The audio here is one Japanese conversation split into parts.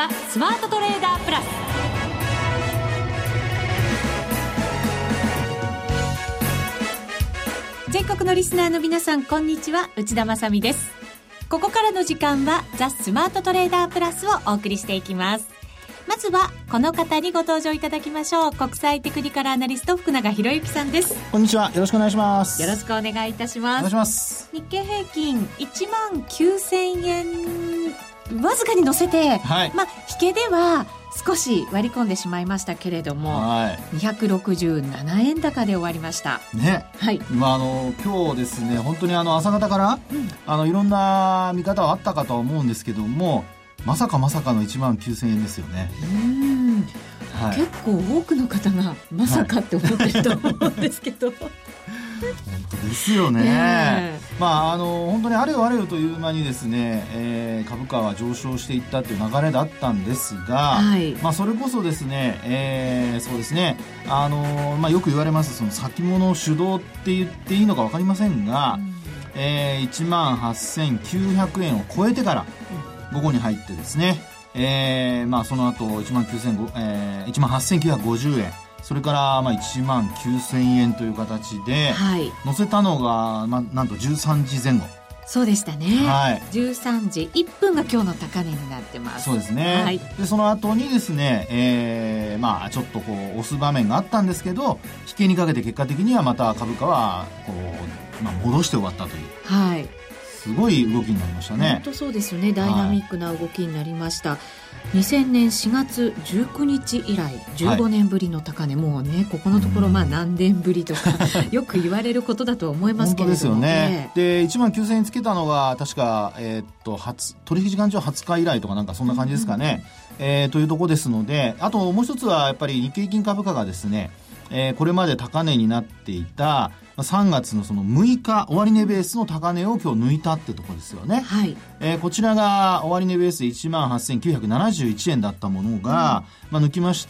ザ・スマートトレーダープラス。全国のリスナーの皆さん、こんにちは、内田まさみです。ここからの時間はザ・スマートトレーダープラスをお送りしていきます。まずはこの方にご登場いただきましょう。国際テクニカルアナリスト福永博之さんです。 こんにちは、よろしくお願いします。 よろしくお願いいたします。 お願いします。 日経平均19,000円わずかに乗せて、 はい、 引けでは少し割り込んでしまいましたけれども、267円高で終わりましたね。 はい、 今日ですね、本当に朝方から、いろんな見方はあったかとは思うんですけども、まさかの19,000円ですよね。 はい、結構多くの方がまさかって思ってると思うんですけど、 本当ですよね。本当にあれよあれよという間にですね、株価は上昇していったという流れだったんですが、それこそですね、そうですね、よく言われますその先物主導って言っていいのか分かりませんが、18,900 円を超えてから午後に入ってですね、その後18,950 円、それから19,000円という形で、乗せたのが、なんと13時前後。 そうでしたね、13時1分が今日の高値になってます。 そうですね、でその後にですね、ちょっと押す場面があったんですけど、引けにかけて結果的にはまた株価は戻して終わったという、すごい動きになりましたね。 本当そうですよね。ダイナミックな動きになりました。2000年4月19日以来15年ぶりの高値、もうね、ここのところ何年ぶりとかよく言われることだと思いますけれども、 本当ですよね。で19,000円つけたのが確か、取引時間中20日以来とかなんかそんな感じですかね、というところですので、あともう一つはやっぱり日経平均株価がですね、これまで高値になっていた3月のその6日終値ベースの高値を今日抜いたってところですよね。こちらが終値ベースで 18,971 円だったものが、抜きまして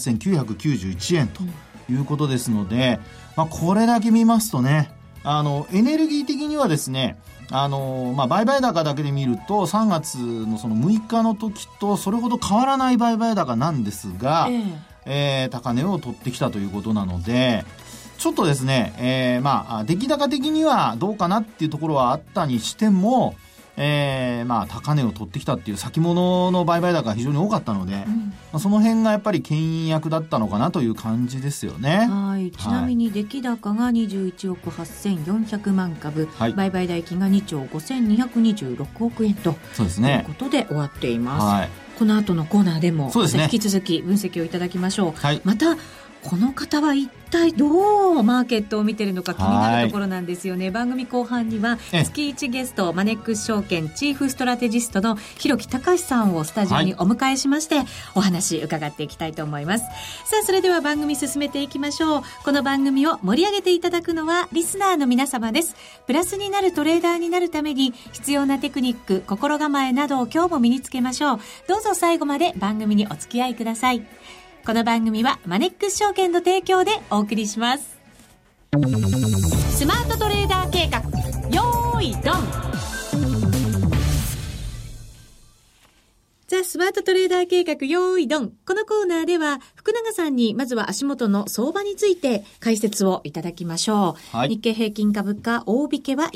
18,991 円ということですので、これだけ見ますとね、エネルギー的にはですね、売買高だけで見ると3月のその6日の時とそれほど変わらない売買高なんですが、高値を取ってきたということなので、ちょっとですね、出来高的にはどうかなっていうところはあったにしても、高値を取ってきたっていう先物の売買高が非常に多かったので、その辺がやっぱり牽引役だったのかなという感じですよね。 ちなみに出来高が21億8400万株、売買代金が2兆5226億円と、そうですね、ということで終わっています。この後のコーナーでもまた引き続き分析をいただきましょう。またこの方は一体どうマーケットを見ているのか気になるところなんですよね。番組後半には月1ゲストマネックス証券チーフストラテジストの広木隆さんをスタジオにお迎えしまして、お話伺っていきたいと思います。さあ、それでは番組進めていきましょう。この番組を盛り上げていただくのはリスナーの皆様です。プラスになるトレーダーになるために必要なテクニック、心構えなどを今日も身につけましょう。どうぞ最後まで番組にお付き合いください。この番組はマネックス証券の提供でお送りします。スマートトレーダー計画、よーいドン。ザ・スマートトレーダー計画、よーいドン。このコーナーでは福永さんにまずは足元の相場について解説をいただきましょう。日経平均株価大引けは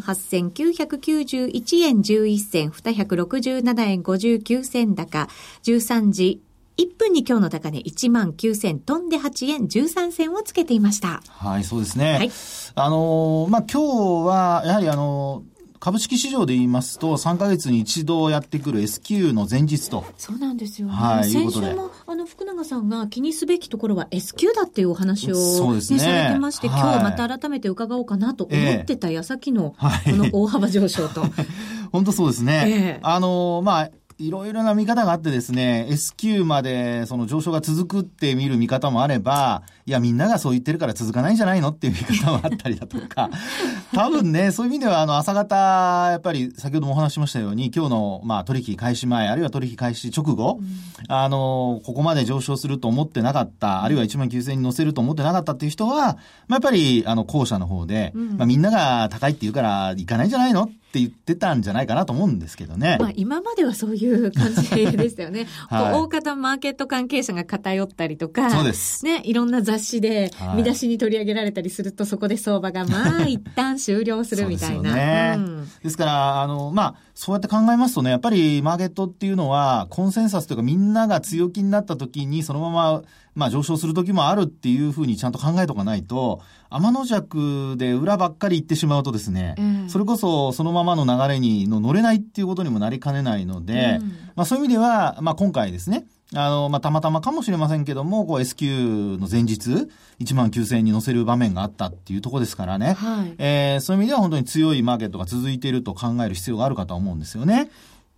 18,991 円11銭、267円59銭高、13時1分に今日の高値 19,000 飛んで8円13銭をつけていました。 そうですね。今日はやはり株式市場で言いますと3ヶ月に一度やってくる S q の前日と。 そうなんですよね。先週も福永さんが気にすべきところは S q だっていうお話を、されてまして、今日また改めて伺おうかなと思ってた矢先のこの大幅上昇と。 本当そうですね。いろいろな見方があってですね、S q までその上昇が続くって見る見方もあれば、 いやみんながそう言ってるから続かないんじゃないのっていう見方もあったりだとか多分ねそういう意味では朝方やっぱり先ほどもお話ししましたように今日の取引開始前あるいは取引開始直後、ここまで上昇すると思ってなかった、あるいは19,000に乗せると思ってなかったっていう人は、やっぱり後者の方で、みんなが高いって言うから行かないんじゃないのって言ってたんじゃないかなと思うんですけどね。 今まではそういう感じでしたよね。大方マーケット関係者が偏ったりとか、 そうです。 ね、いろんな雑誌で見出しに取り上げられたりすると、そこで相場が一旦終了するみたいな。 ですから、そうやって考えますとね、やっぱりマーケットっていうのはコンセンサスというかみんなが強気になった時にそのまま上昇する時もあるっていうふうにちゃんと考えとかないと、天の弱で裏ばっかり行ってしまうとですね、それこそそのままの流れに乗れないっていうことにもなりかねないので、そういう意味では、今回ですね、たまたまかもしれませんけども、S q の前日、19,000円に乗せる場面があったっていうところですからね、そういう意味では本当に強いマーケットが続いていると考える必要があるかと思うんですよね。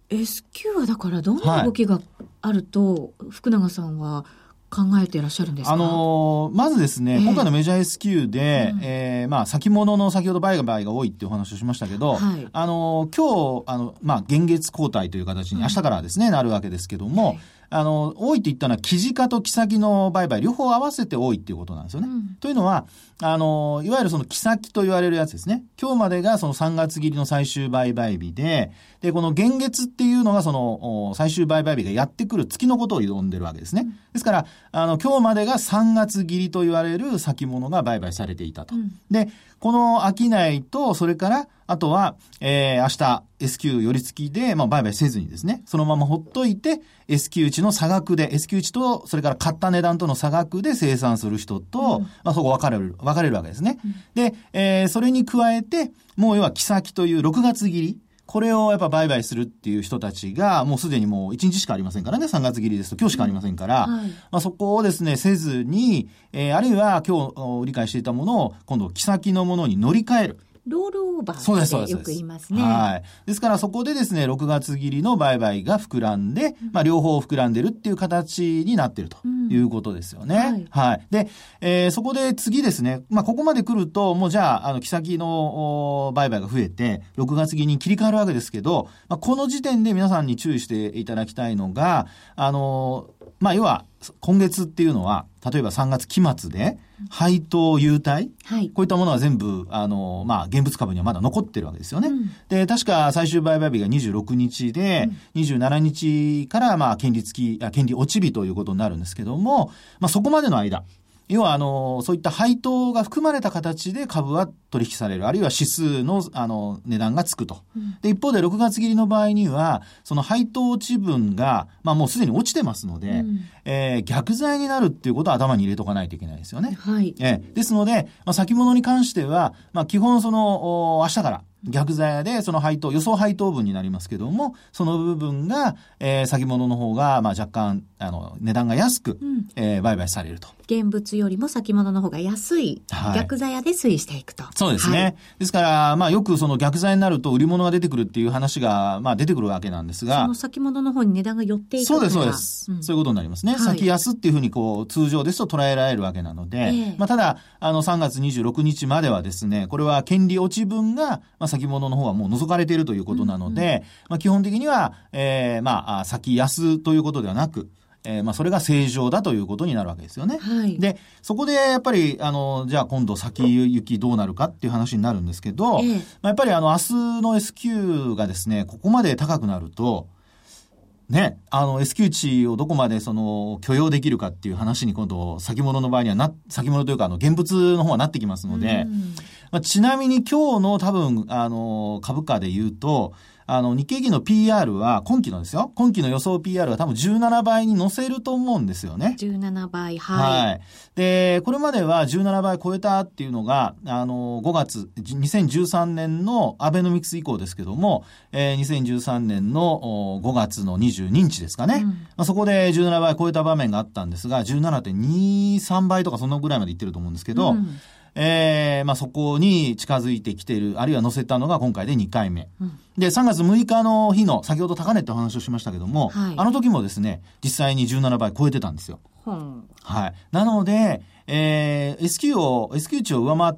S q はだからどんな動きがあると、福永さんは考えていらっしゃるんですか？ まずですね、今回のメジャー S q で、先物の先ほど売買が多いっていうお話をしましたけど、今日、現月交代という形に明日からですね、なるわけですけども、多いと言ったのは、期時価と期先の売買、両方合わせて多いっていうことなんですよね。というのは、いわゆるその期先と言われるやつですね。今日までがその3月切りの最終売買日で、この現月っていうのがその最終売買日がやってくる月のことを呼んでるわけですね。ですから、今日までが3月切りと言われる先物が売買されていたと。で、この商いと、それから、あとは、明日 S q 寄り付きで、売買せずにですね、そのままほっといて、S q 値の差額で、S q 値と、それから買った値段との差額で生産する人と、そこ分かれるわけですね。で、それに加えて、もう要は期先という6月切り、これをやっぱ売買するっていう人たちが、もうすでにもう1日しかありませんからね、3月切りですと今日しかありませんから、そこをですね、せずに、あるいは今日理解していたものを、今度期先のものに乗り換える。 ロールオーバーってよく言いますね。 ですからそこでですね、6月切りの売買が膨らんで、両方膨らんでるっていう形になってるということですよね。で、そこで次ですね、ここまで来ると、もうじゃあ、期先の売買が増えて、6月切りに切り替わるわけですけど、この時点で皆さんに注意していただきたいのが、要は、今月っていうのは、例えば3月期末で、配当優待、こういったものは全部、現物株にはまだ残ってるわけですよね。で、確か最終売買日が26日で、27日から権利落ち日ということになるんですけども、そこまでの間、要はそういった配当が含まれた形で株は取引される、あるいは指数の値段がつくと。で、一方で6月切りの場合には、その配当落ち分がもうすでに落ちてますので、逆剤になるっていうことを頭に入れとかないといけないですよね。ですので、先物に関しては、基本明日から逆剤でその予想配当分になりますけども、その部分が、先物の方が若干値段が安く、売買されると。 現物よりも先物の方が安い、逆座屋で推移していくと。 そうですね。ですから、よくその逆座になると売り物が出てくるっていう話が、出てくるわけなんですが。 その先物の方に値段が寄っていくから。 そうです。そういうことになりますね。先安っていうふうに通常ですと捉えられるわけなので、ただ、3月26日まではですね、これは権利落ち分が、先物の方はもう除かれているということなので、基本的には、先安ということではなく、それが正常だということになるわけですよね。で、そこでやっぱり、じゃあ今度先行きどうなるかっていう話になるんですけど、やっぱり明日の S q がですね、ここまで高くなると、ね、S q 値をどこまで許容できるかっていう話に今度、先物の場合には先物というか現物の方はなってきますので、ちなみに今日の多分、株価で言うと、日経平均の PR は今期のですよ。今期の予想 PR は多分17倍に乗せると思うんですよね。 17倍、 で、これまでは17倍超えたっていうのが、5月、2013年のアベノミクス以降ですけども、2013年の5月の22日ですかね。そこで17倍超えた場面があったんですが、17.23 倍とかそのぐらいまでいってると思うんですけど、そこに近づいてきている、あるいは乗せたのが今回で2回目。で、3月6日の日の、先ほど高値ってお話をしましたけども、あの時もですね、実際に17倍超えてたんですよ。 はい。なので、S q 値を上回って、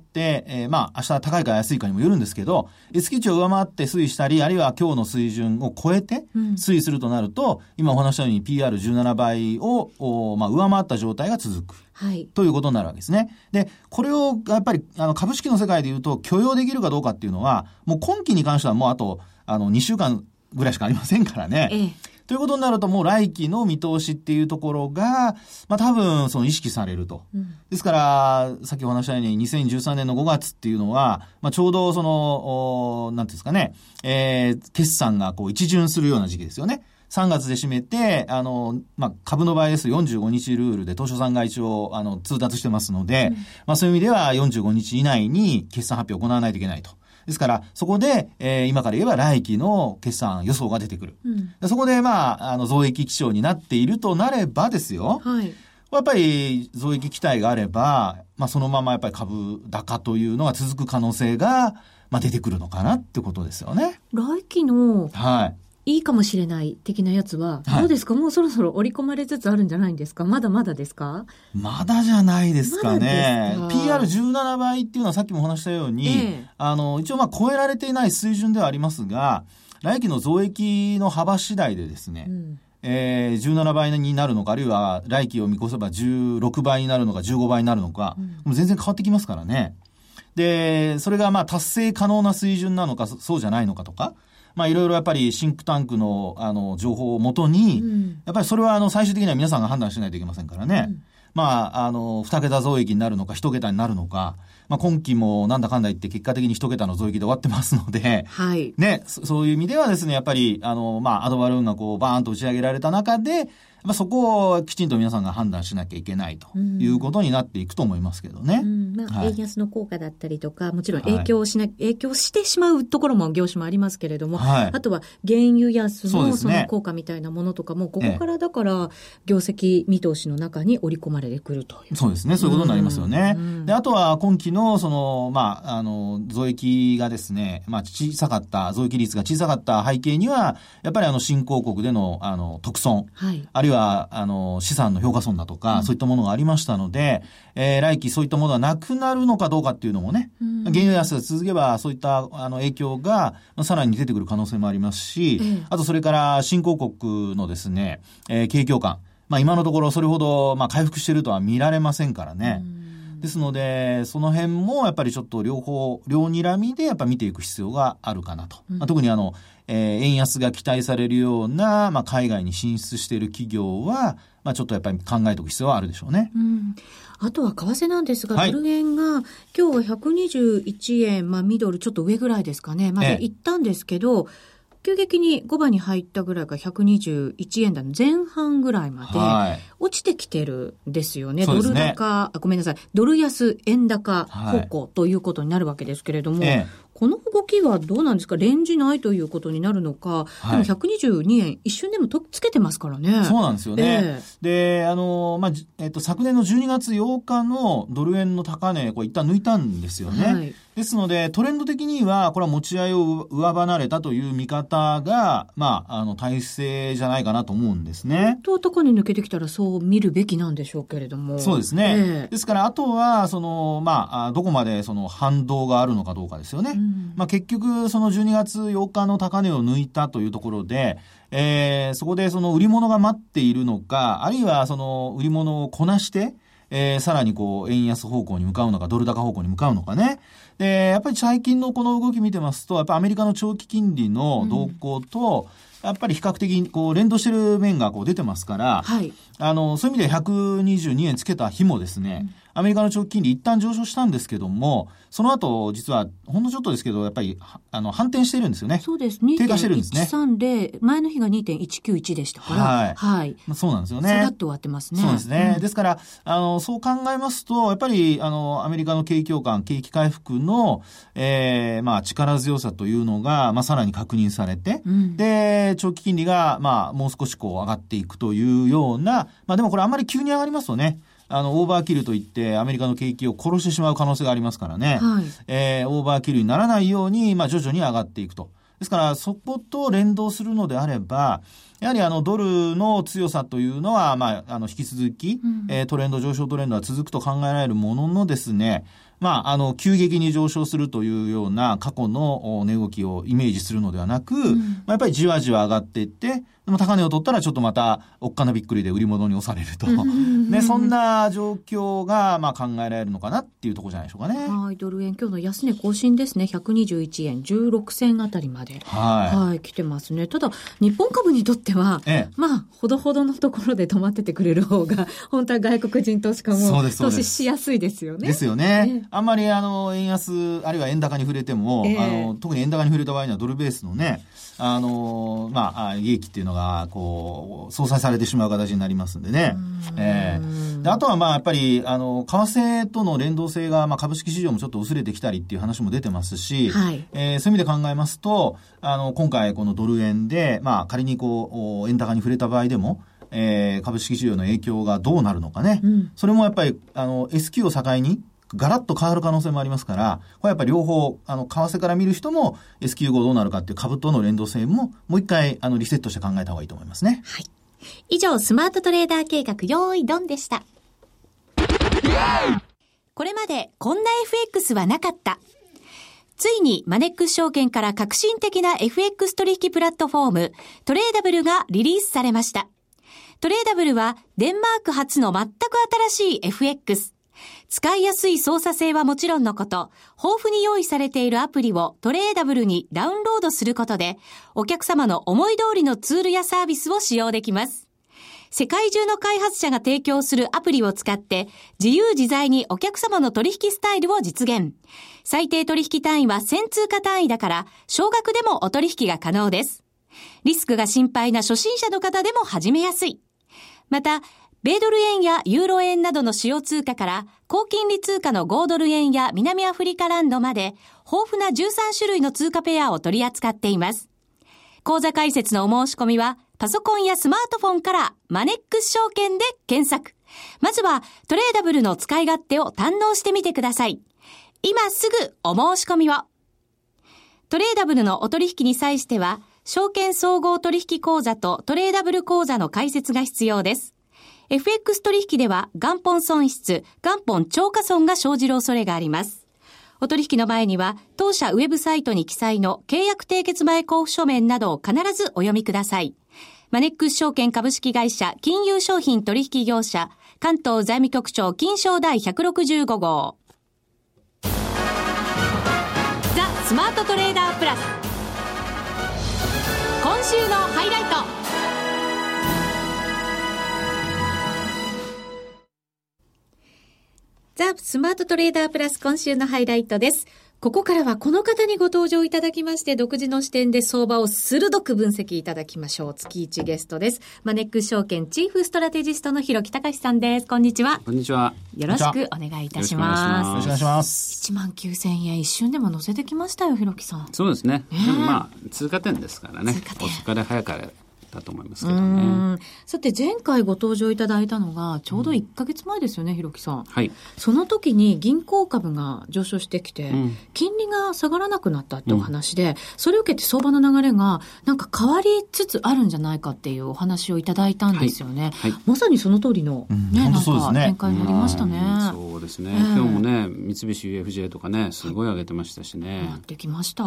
明日高いか安いかにもよるんですけど、S q 値を上回って推移したり、あるいは今日の水準を超えて推移するとなると、今お話したように PR17 倍を、上回った状態が続く。はい。ということになるわけですね。で、これをやっぱり株式の世界で言うと許容できるかどうかっていうのは、もう今期に関してはもうあと2週間ぐらいしかありませんからね。ということになるともう来期の見通しっていうところが、多分その意識されると。ですから、さっきお話したように2013年の5月っていうのは、ちょうどその、なんていうんですかね、決算がこう一巡するような時期ですよね。3月で締めて、株の場合です45日ルールで東証さんが一応、通達してますので、そういう意味では45日以内に決算発表を行わないといけないと。ですから、そこで、今から言えば来期の決算予想が出てくる。そこで、増益基調になっているとなればですよ。はい。やっぱり増益期待があれば、そのままやっぱり株高というのが続く可能性が、出てくるのかなってことですよね。 来期の、 はい。 いいかもしれない的なやつは、どうですか、もうそろそろ織り込まれつつあるんじゃないんですか？まだまだですか？ まだじゃないですかね。PR17 倍っていうのはさっきもお話したように、一応超えられていない水準ではありますが、来期の増益の幅次第でですね、17倍になるのか、あるいは来期を見越せば16倍になるのか、15倍になるのか、もう全然変わってきますからね。で、それが達成可能な水準なのか、そうじゃないのかとか、いろいろやっぱりシンクタンクの情報をもとに、やっぱりそれは最終的には皆さんが判断しないといけませんからね。2桁増益になるのか1桁になるのか、今期もなんだかんだ言って結果的に1桁の増益で終わってますので、はい。ね、そういう意味ではですね、やっぱりアドバルーンがこうバーンと打ち上げられた中で、そこをきちんと皆さんが判断しなきゃいけないということになっていくと思いますけどね。 円安の効果だったりとか、もちろん影響してしまうところも業種もありますけれども、はい、あとは原油安のその効果みたいなものとかも、ここからだから業績見通しの中に織り込まれてくるという。 そうですね。そういうことになりますよね。で、あとは今期のその、増益がですね、増益率が小さかった背景には、やっぱり新興国での、特損、はい、あるいは資産の評価損だとか、そういったものがありましたので、来期そういったものがなくなるのかどうかっていうのもね、原油安が続けばそういった影響がさらに出てくる可能性もありますし、あとそれから新興国のですね、景況感、今のところそれほど回復しているとは見られませんからね。ですので、その辺もやっぱりちょっと両睨みでやっぱ見ていく必要があるかなと。特に円安が期待されるような、海外に進出している企業は、ちょっとやっぱり考えておく必要はあるでしょうね。 あとは為替なんですが、ドル円が今日は121円、ミドルちょっと上ぐらいですかね。まで行ったんですけど、急激に5番に入ったぐらいが121円台の前半ぐらいまで落ちてきてるんですよね。ドル高、ごめんなさい、ドル安円高方向ということになるわけですけれども、この動きはどうなんですか？レンジないということになるのか、でも122円一瞬でもつけてますからね。 そうなんですよね。で、昨年の12月8日のドル円の高値、これ一旦抜いたんですよね。ですので、トレンド的には、これは持ち合いを上離れたという見方が、大勢じゃないかなと思うんですね。 高値抜けてきたらそう見るべきなんでしょうけれども。 そうですね。ですから、あとは、どこまで反動があるのかどうかですよね。結局、その12月8日の高値を抜いたというところで、そこで売り物が待っているのか、あるいは売り物をこなして、さらに円安方向に向かうのか、ドル高方向に向かうのかね。で、やっぱり最近のこの動き見てますと、やっぱアメリカの長期金利の動向と、やっぱり比較的に連動してる面が出てますから、そういう意味で122円つけた日もですね、アメリカの長期金利一旦上昇したんですけども、その後実はほんのちょっとですけどやっぱり反転してるんですよね。 そうです。 低下してるんですね。 2.130、前の日が 2.191 でしたから、 そうなんですよね。 さらっと終わってますね。 そうですね。ですからそう考えますとやっぱりアメリカの景況感、景気回復の力強さというのがさらに確認されて、で長期金利がもう少し上がっていくというような、でもこれあんまり急に上がりますとね。オーバーキルといってアメリカの景気を殺してしまう可能性がありますからね。オーバーキルにならないように、徐々に上がっていくと。 ですからそこと連動するのであれば、やはりドルの強さというのは、引き続き、トレンド、上昇トレンドは続くと考えられるもののですね、急激に上昇するというような過去の値動きをイメージするのではなく、やっぱりじわじわ上がっていって、でも高値を取ったらちょっとまたおっかなびっくりで売り物に押されると、ね、そんな状況が考えられるのかなっていうところじゃないでしょうかね。 はい、ドル円今日の安値更新ですね。121円16銭あたりまで、来てますね。ただ日本株にとっては、ほどほどのところで止まっててくれる方が本当は外国人投資家も投資しやすいですよね。 ですよね。あんまり円安あるいは円高に触れても、特に円高に触れた場合にはドルベースのね、利益っていうのがこう相殺されてしまう形になりますんでね。であとはやっぱり為替との連動性が株式市場もちょっと薄れてきたりっていう話も出てますし、そういう意味で考えますと今回このドル円で仮にこう円高に触れた場合でも株式市場の影響がどうなるのかね、それもやっぱりS q を境にガラッと変わる可能性もありますから、これやっぱり両方為替から見る人も S q 後どうなるかっていう株との連動性ももう一回リセットして考えた方がいいと思いますね。 はい。以上スマートトレーダー計画用意ドンでした。これまでこんな FX はなかった。ついにマネックス証券から革新的な FX 取引プラットフォームトレーダブルがリリースされました。トレーダブルはデンマーク発の全く新しい FX。使いやすい操作性はもちろんのこと、豊富に用意されているアプリをトレーダブルにダウンロードすることで、お客様の思い通りのツールやサービスを使用できます。世界中の開発者が提供するアプリを使って、自由自在にお客様の取引スタイルを実現。最低取引単位は1000通貨単位だから、少額でもお取引が可能です。リスクが心配な初心者の方でも始めやすい。また、米ドル円やユーロ円などの主要通貨から高金利通貨の5ドル円や南アフリカランドまで豊富な13種類の通貨ペアを取り扱っています。口座開設のお申し込みはパソコンやスマートフォンからマネックス証券で検索。まずはトレーダブルの使い勝手を堪能してみてください。今すぐお申し込みを。トレーダブルのお取引に際しては証券総合取引口座とトレーダブル口座の開設が必要です。FX 取引では元本損失、元本超過損が生じる恐れがあります。お取引の前には当社ウェブサイトに記載の契約締結前交付書面などを必ずお読みください。マネックス証券株式会社金融商品取引業者関東財務局長金商第165号。ザ・スマートトレーダープラス。今週のハイライト。ザ・スマートトレーダープラス今週のハイライトです。ここからはこの方にご登場いただきまして独自の視点で相場を鋭く分析いただきましょう。月1ゲストです。マネックス証券チーフストラテジストの広木隆さんです。こんにちは。 こんにちは。 よろしくお願いいたします。 よろしくお願いします。 19,000円一瞬でも乗せてきましたよ、広木さん。 そうですね。でも通過点ですからね。遅かれ早かれだと思いますけどね。 さて前回ご登場いただいたのがちょうど1ヶ月前ですよね、広木さん。 はい。 その時に銀行株が上昇してきて、金利が下がらなくなったってお話で、それを受けて相場の流れがなんか変わりつつあるんじゃないかっていうお話をいただいたんですよね。はいはい、まさにその通りの、なんか展開になりましたね。 そうですね。今日もね、三菱 UFJ とかね、すごい上げてましたしね。 やってきました。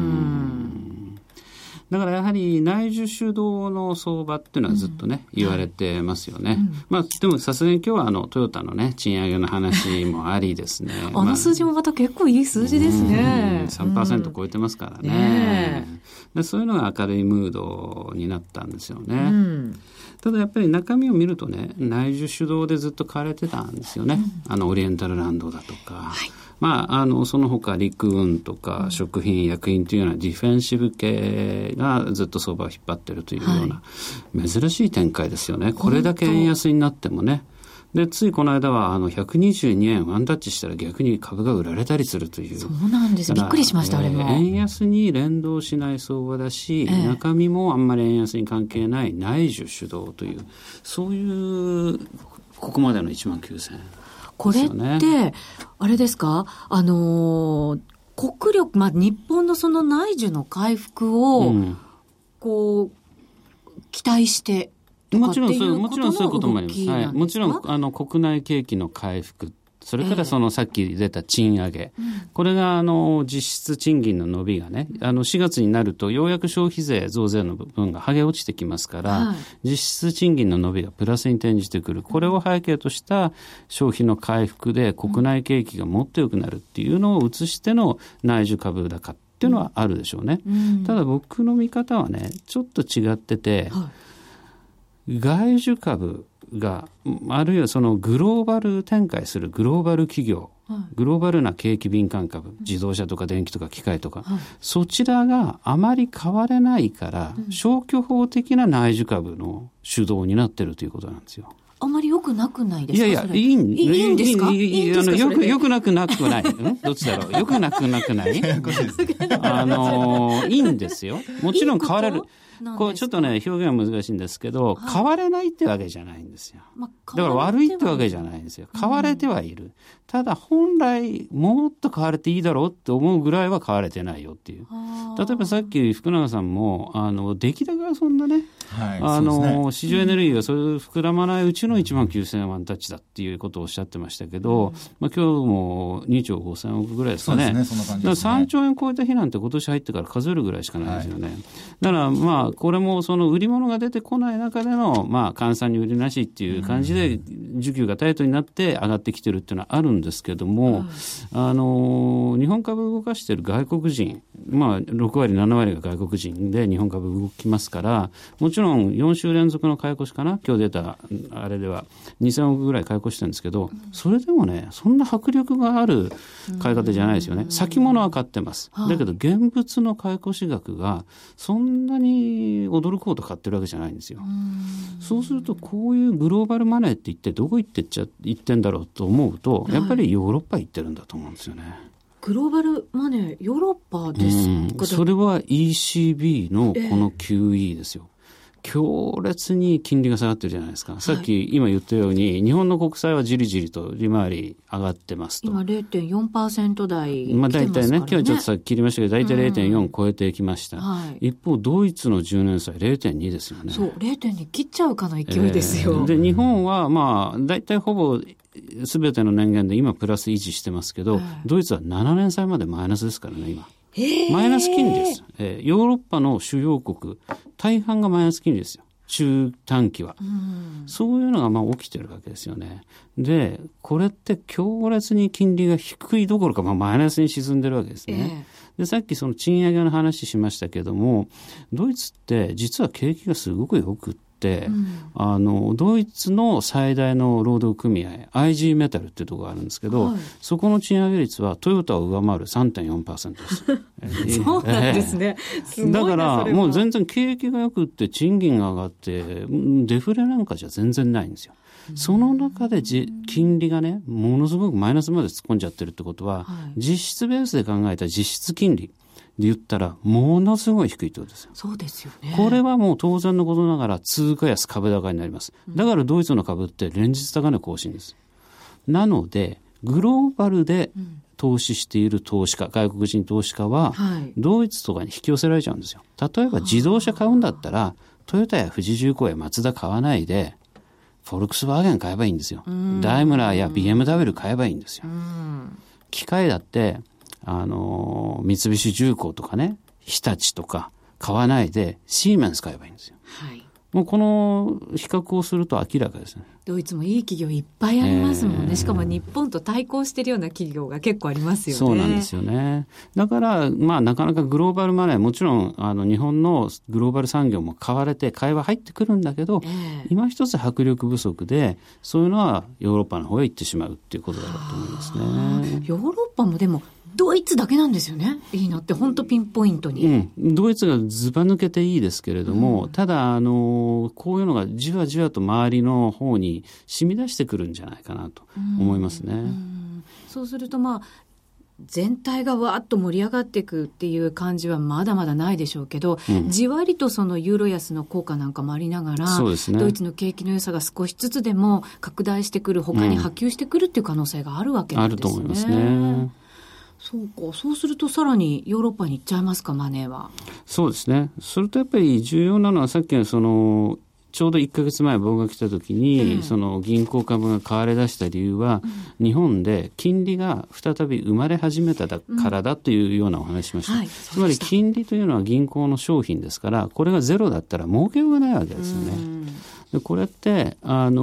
だからやはり内需主導の相場っていうのはずっとね、言われてますよね。でもさすがに今日はトヨタのね、賃上げの話もありですね。 数字もまた結構いい数字ですね。 3% 超えてますからね。でそういうのが明るいムードになったんですよね。ただやっぱり中身を見るとね、内需主導でずっと買われてたんですよね。オリエンタルランドだとか。その他陸運とか食品薬品というようなディフェンシブ系がずっと相場を引っ張ってるというような、珍しい展開ですよね。これだけ円安になってもね。でついこの間は122円ワンタッチしたら逆に株が売られたりするという。 そうなんです。びっくりしました。あれも円安に連動しない相場だし、中身もあんまり円安に関係ない内需主導という、そういうここまでの19,000円。 これって、あれですか、国力、日本ののその内需の回復を、こう期待してもちろんそういうこともあります。はい、もちろん国内景気の回復、それからさっき出た賃上げ、これが実質賃金の伸びがね、4月になるとようやく消費税増税の部分が剥げ落ちてきますから、実質賃金の伸びがプラスに転じてくる。これを背景とした消費の回復で国内景気がもっと良くなるっていうのを移しての内需株高っていうのはあるでしょうね。ただ僕の見方はね、ちょっと違ってて、外需株があるいはそのグローバル展開するグローバル企業、グローバルな景気敏感株、自動車とか電気とか機械とか、そちらがあまり買われないから、消去法的な内需株の主導になってるということなんですよ。 あまり良くなくないですか？ いやいや、いいんですか？よくなくなくない。どっちだろう。よくなくなくない。いいんですよ。もちろん買われる。こうちょっとね表現は難しいんですけど、買われないってわけじゃないんですよ。だから悪いってわけじゃないんですよ。買われてはいる。ただ本来もっと買われていいだろうって思うぐらいは買われてないよっていう。例えばさっき福永さんも出来高がそんなね、市場エネルギーがそれ膨らまないうちの19,000万タッチだっていうことをおっしゃってましたけど、今日も2兆5,000億ぐらいですかね。 そうですね、そんな感じですね。 だから3兆円超えた日なんて今年入ってから数えるぐらいしかないですよね。だからこれもその売り物が出てこない中での換算に売りなしっていう感じで需給がタイトになって上がってきてるっていうのはあるんですけども、日本株動かしている外国人、6割7割が外国人で日本株動きますから、もちろん4週連続の買い越しかな、今日出たあれでは2,000億ぐらい買い越してるんですけど、それでもねそんな迫力がある買い方じゃないですよね。先物は買ってます。だけど現物の買い越し額がそんなに驚くほど買ってるわけじゃないんですよ。そうするとこういうグローバルマネーって一体どこ行ってんだろうと思うと、やっぱりヨーロッパ行ってるんだと思うんですよね。 グローバルマネーヨーロッパですか？ それは ECB のこの QE ですよ。強烈に金利が下がってるじゃないですか。さっき今言ったように、日本の国債はじりじりと利回り上がってますと。 今 0.4% 台来てますからね。 大体ね、今日はちょっとさっき切りましたけど、大体 0.4 超えてきました。一方、ドイツの10年債 0.2 ですよね。 そう、0.2 切っちゃうかの勢いですよ。 で、日本は大体ほぼ全ての年限で今プラス維持してますけど、ドイツは7年債までマイナスですからね、今。マイナス金利です。ヨーロッパの主要国大半がマイナス金利ですよ。中短期は。そういうのが起きてるわけですよね。で、これって強烈に金利が低いどころかマイナスに沈んでるわけですね。で、さっきその賃上げの話しましたけども、ドイツって実は景気がすごく良くって、ドイツの最大の労働組合 IG メタルっていうところがあるんですけど、そこの賃上げ率はトヨタを上回る 3.4% です。 そうなんですね。すごいな。 だからもう全然景気が良くって賃金が上がってデフレなんかじゃ全然ないんですよ。その中で金利がねものすごくマイナスまで突っ込んじゃってるってことは、実質ベースで考えた実質金利で言ったらものすごい低いってことですよ。 そうですよね。 これはもう当然のことながら通貨安株高になります。だからドイツの株って連日高値更新です。なのでグローバルで投資している投資家、外国人投資家はドイツとかに引き寄せられちゃうんですよ。例えば自動車買うんだったらトヨタや富士重工やマツダ買わないでフォルクスワーゲン買えばいいんですよ。ダイムラーや BMW 買えばいいんですよ。機械だって三菱重工とかね、日立とか買わないでシーメンス買えばいいんですよ。もうこの比較をすると明らかですね。 ドイツもいい企業いっぱいありますもんね。しかも日本と対抗しているような企業が結構ありますよね。 そうなんですよね。だからなかなかグローバルマネー、もちろん日本のグローバル産業も買われて買いは入ってくるんだけど、今一つ迫力不足でそういうのはヨーロッパの方へ行ってしまうっていうことだろうと思いますね。 ヨーロッパもでもドイツだけなんですよね。いいなって本当ピンポイントに、 ドイツがずば抜けていいですけれども、ただこういうのがじわじわと周りの方に染み出してくるんじゃないかなと思いますね。 そうすると全体がわーっと盛り上がっていくっていう感じはまだまだないでしょうけど、じわりとそのユーロ安の効果なんかもありながら、ドイツの景気の良さが少しずつでも拡大してくる、他に波及してくるっていう可能性があるわけなんですね。 あると思いますね。 そそうか。そうするとさらにヨーロッパに行っちゃいますか、マネーは。 そうですね。それとやっぱり重要なのは、さっきのちょうど1ヶ月前僕が来た時に、その銀行株が買われ出した理由は、日本で金利が再び生まれ始めたからだというようなお話しました。つまり金利というのは銀行の商品ですから、これがゼロだったら儲けようがないわけですよね。でこれって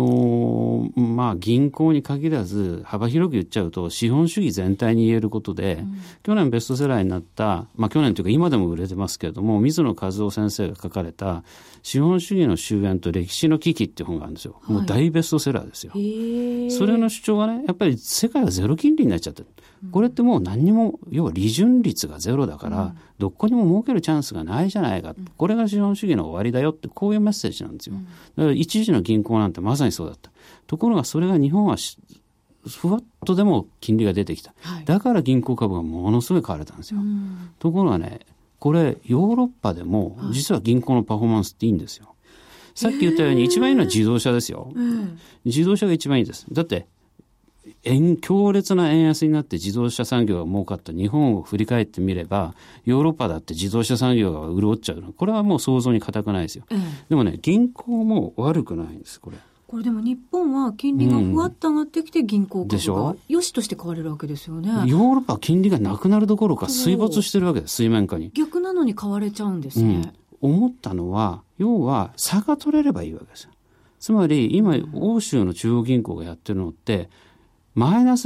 銀行に限らず幅広く言っちゃうと資本主義全体に言えることで、去年ベストセラーになった、去年というか今でも売れてますけれども、水野和夫先生が書かれた資本主義の終焉と歴史の危機っていう本があるんですよ。もう大ベストセラーですよ。それの主張はね、やっぱり世界はゼロ金利になっちゃってる。これってもう何にも、要は利潤率がゼロだから、どこにも儲けるチャンスがないじゃないか。これが資本主義の終わりだよって、こういうメッセージなんですよ。だから一時の銀行なんてまさにそうだった。ところがそれが日本はふわっとでも金利が出てきた。だから銀行株がものすごい買われたんですよ。ところがね、これヨーロッパでも実は銀行のパフォーマンスっていいんですよ。さっき言ったように一番いいのは自動車ですよ。自動車が一番いいです。だって強烈な円安になって自動車産業が儲かった日本を振り返ってみれば、ヨーロッパだって自動車産業が潤っちゃうの。これはもう想像に難くないですよ。でもね、銀行も悪くないんです、これでも日本は金利がふわっと上がってきて銀行株が良しとして買われるわけですよね。 ヨーロッパは金利がなくなるどころか水没してるわけです、水面下に。 逆なのに買われちゃうんですね。 思ったのは、要は差が取れればいいわけですよ。つまり今欧州の中央銀行がやってるのってマイナス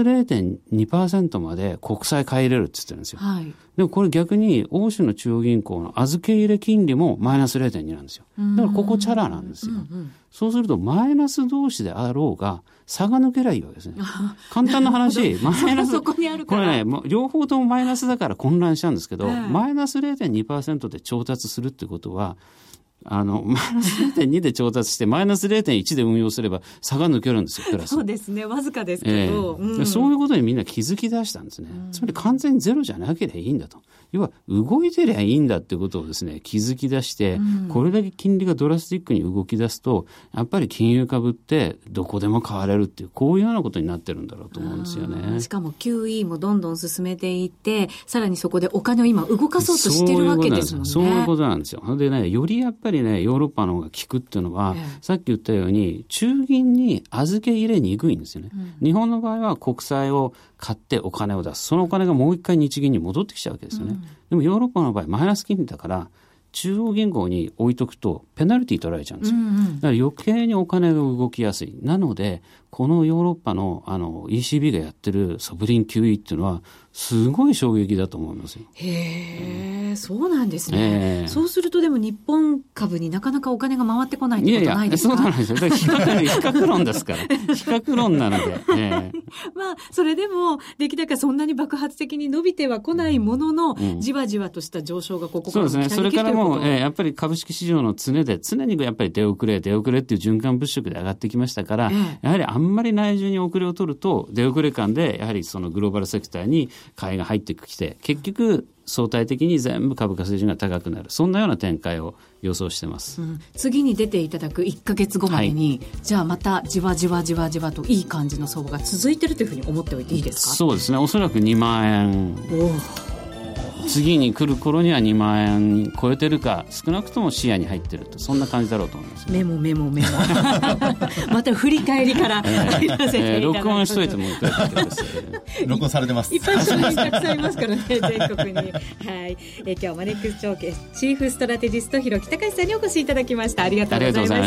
0.2% まで国債買い入れるって言ってるんですよ。でもこれ逆に欧州の中央銀行の預け入れ金利もマイナス 0.2 なんですよ。だからここチャラなんですよ。そうするとマイナス同士であろうが差が抜けりゃいいわけですね。簡単な話、マイナス、これね、両方ともマイナスだから混乱しちゃうんですけど、マイナス 0.2% で調達するってことは、マイナス 0.2 で調達してマイナス 0.1 で運用すれば差が抜けるんですよ、プラス。 そうですね、わずかですけど、 そういうことにみんな気づき出したんですね。つまり完全にゼロじゃなければいいんだと。要は動いてりゃいいんだってことをですね、気づき出して、これだけ金利がドラスティックに動き出すと、やっぱり金融株ってどこでも買われるっていう、こういうようなことになってるんだろうと思うんですよね。 しかも QE もどんどん進めていって、さらにそこでお金を今動かそうとしてるわけですもんね。 そういうことなんですよ。でね、よりやっぱりね、ヨーロッパの方が効くっていうのは、さっき言ったように中銀に預け入れにくいんですよね。日本の場合は国債を買ってお金を出す。そのお金がもう一回日銀に戻ってきちゃうわけですよね。でもヨーロッパの場合マイナス金利だから中央銀行に置いとくとペナルティ取られちゃうんですよ。だから余計にお金が動きやすい。なのでこのヨーロッパのECB がやってるソブリン QE っていうのはすごい衝撃だと思いますよ。 そうなんですね。そうするとでも日本株になかなかお金が回ってこないってことないですか？ そうなんですよ。だから比較論ですから。比較論なので。 それでも出来高そんなに爆発的に伸びてはこないものの、じわじわとした上昇がここからも期待できるということ。そうですね。それからもやっぱり株式市場の常にやっぱり出遅れっていう循環物色で上がってきましたから、やはりあんまり内需に遅れを取ると出遅れ感でやはりそのグローバルセクターに買いが入ってきて、結局相対的に全部株価水準が高くなる、そんなような展開を予想してます。次に出ていただく1ヶ月後までに、じゃあまたじわじわといい感じの相場が続いてるというふうに思っておいていいですか？ そうですね。おそらく2万円次に来る頃には2万円超えてるか、少なくとも視野に入ってると、そんな感じだろうと思います、 メモまた振り返りから録音しといてもいいか録音されてます。 いっぱい人にたくさんいますからね全国に。今日はマネックス証券チーフストラテジスト広木隆さんにお越しいただきました。ありがとうございました。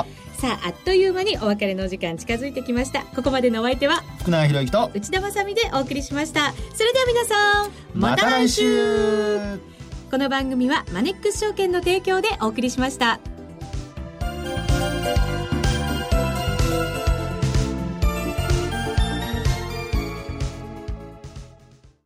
さあ、あっという間にお別れの時間近づいてきました。ここまでのお相手は福永博之と内田まさみでお送りしました。それでは皆さんまた来週。 この番組はマネックス証券の提供でお送りしました。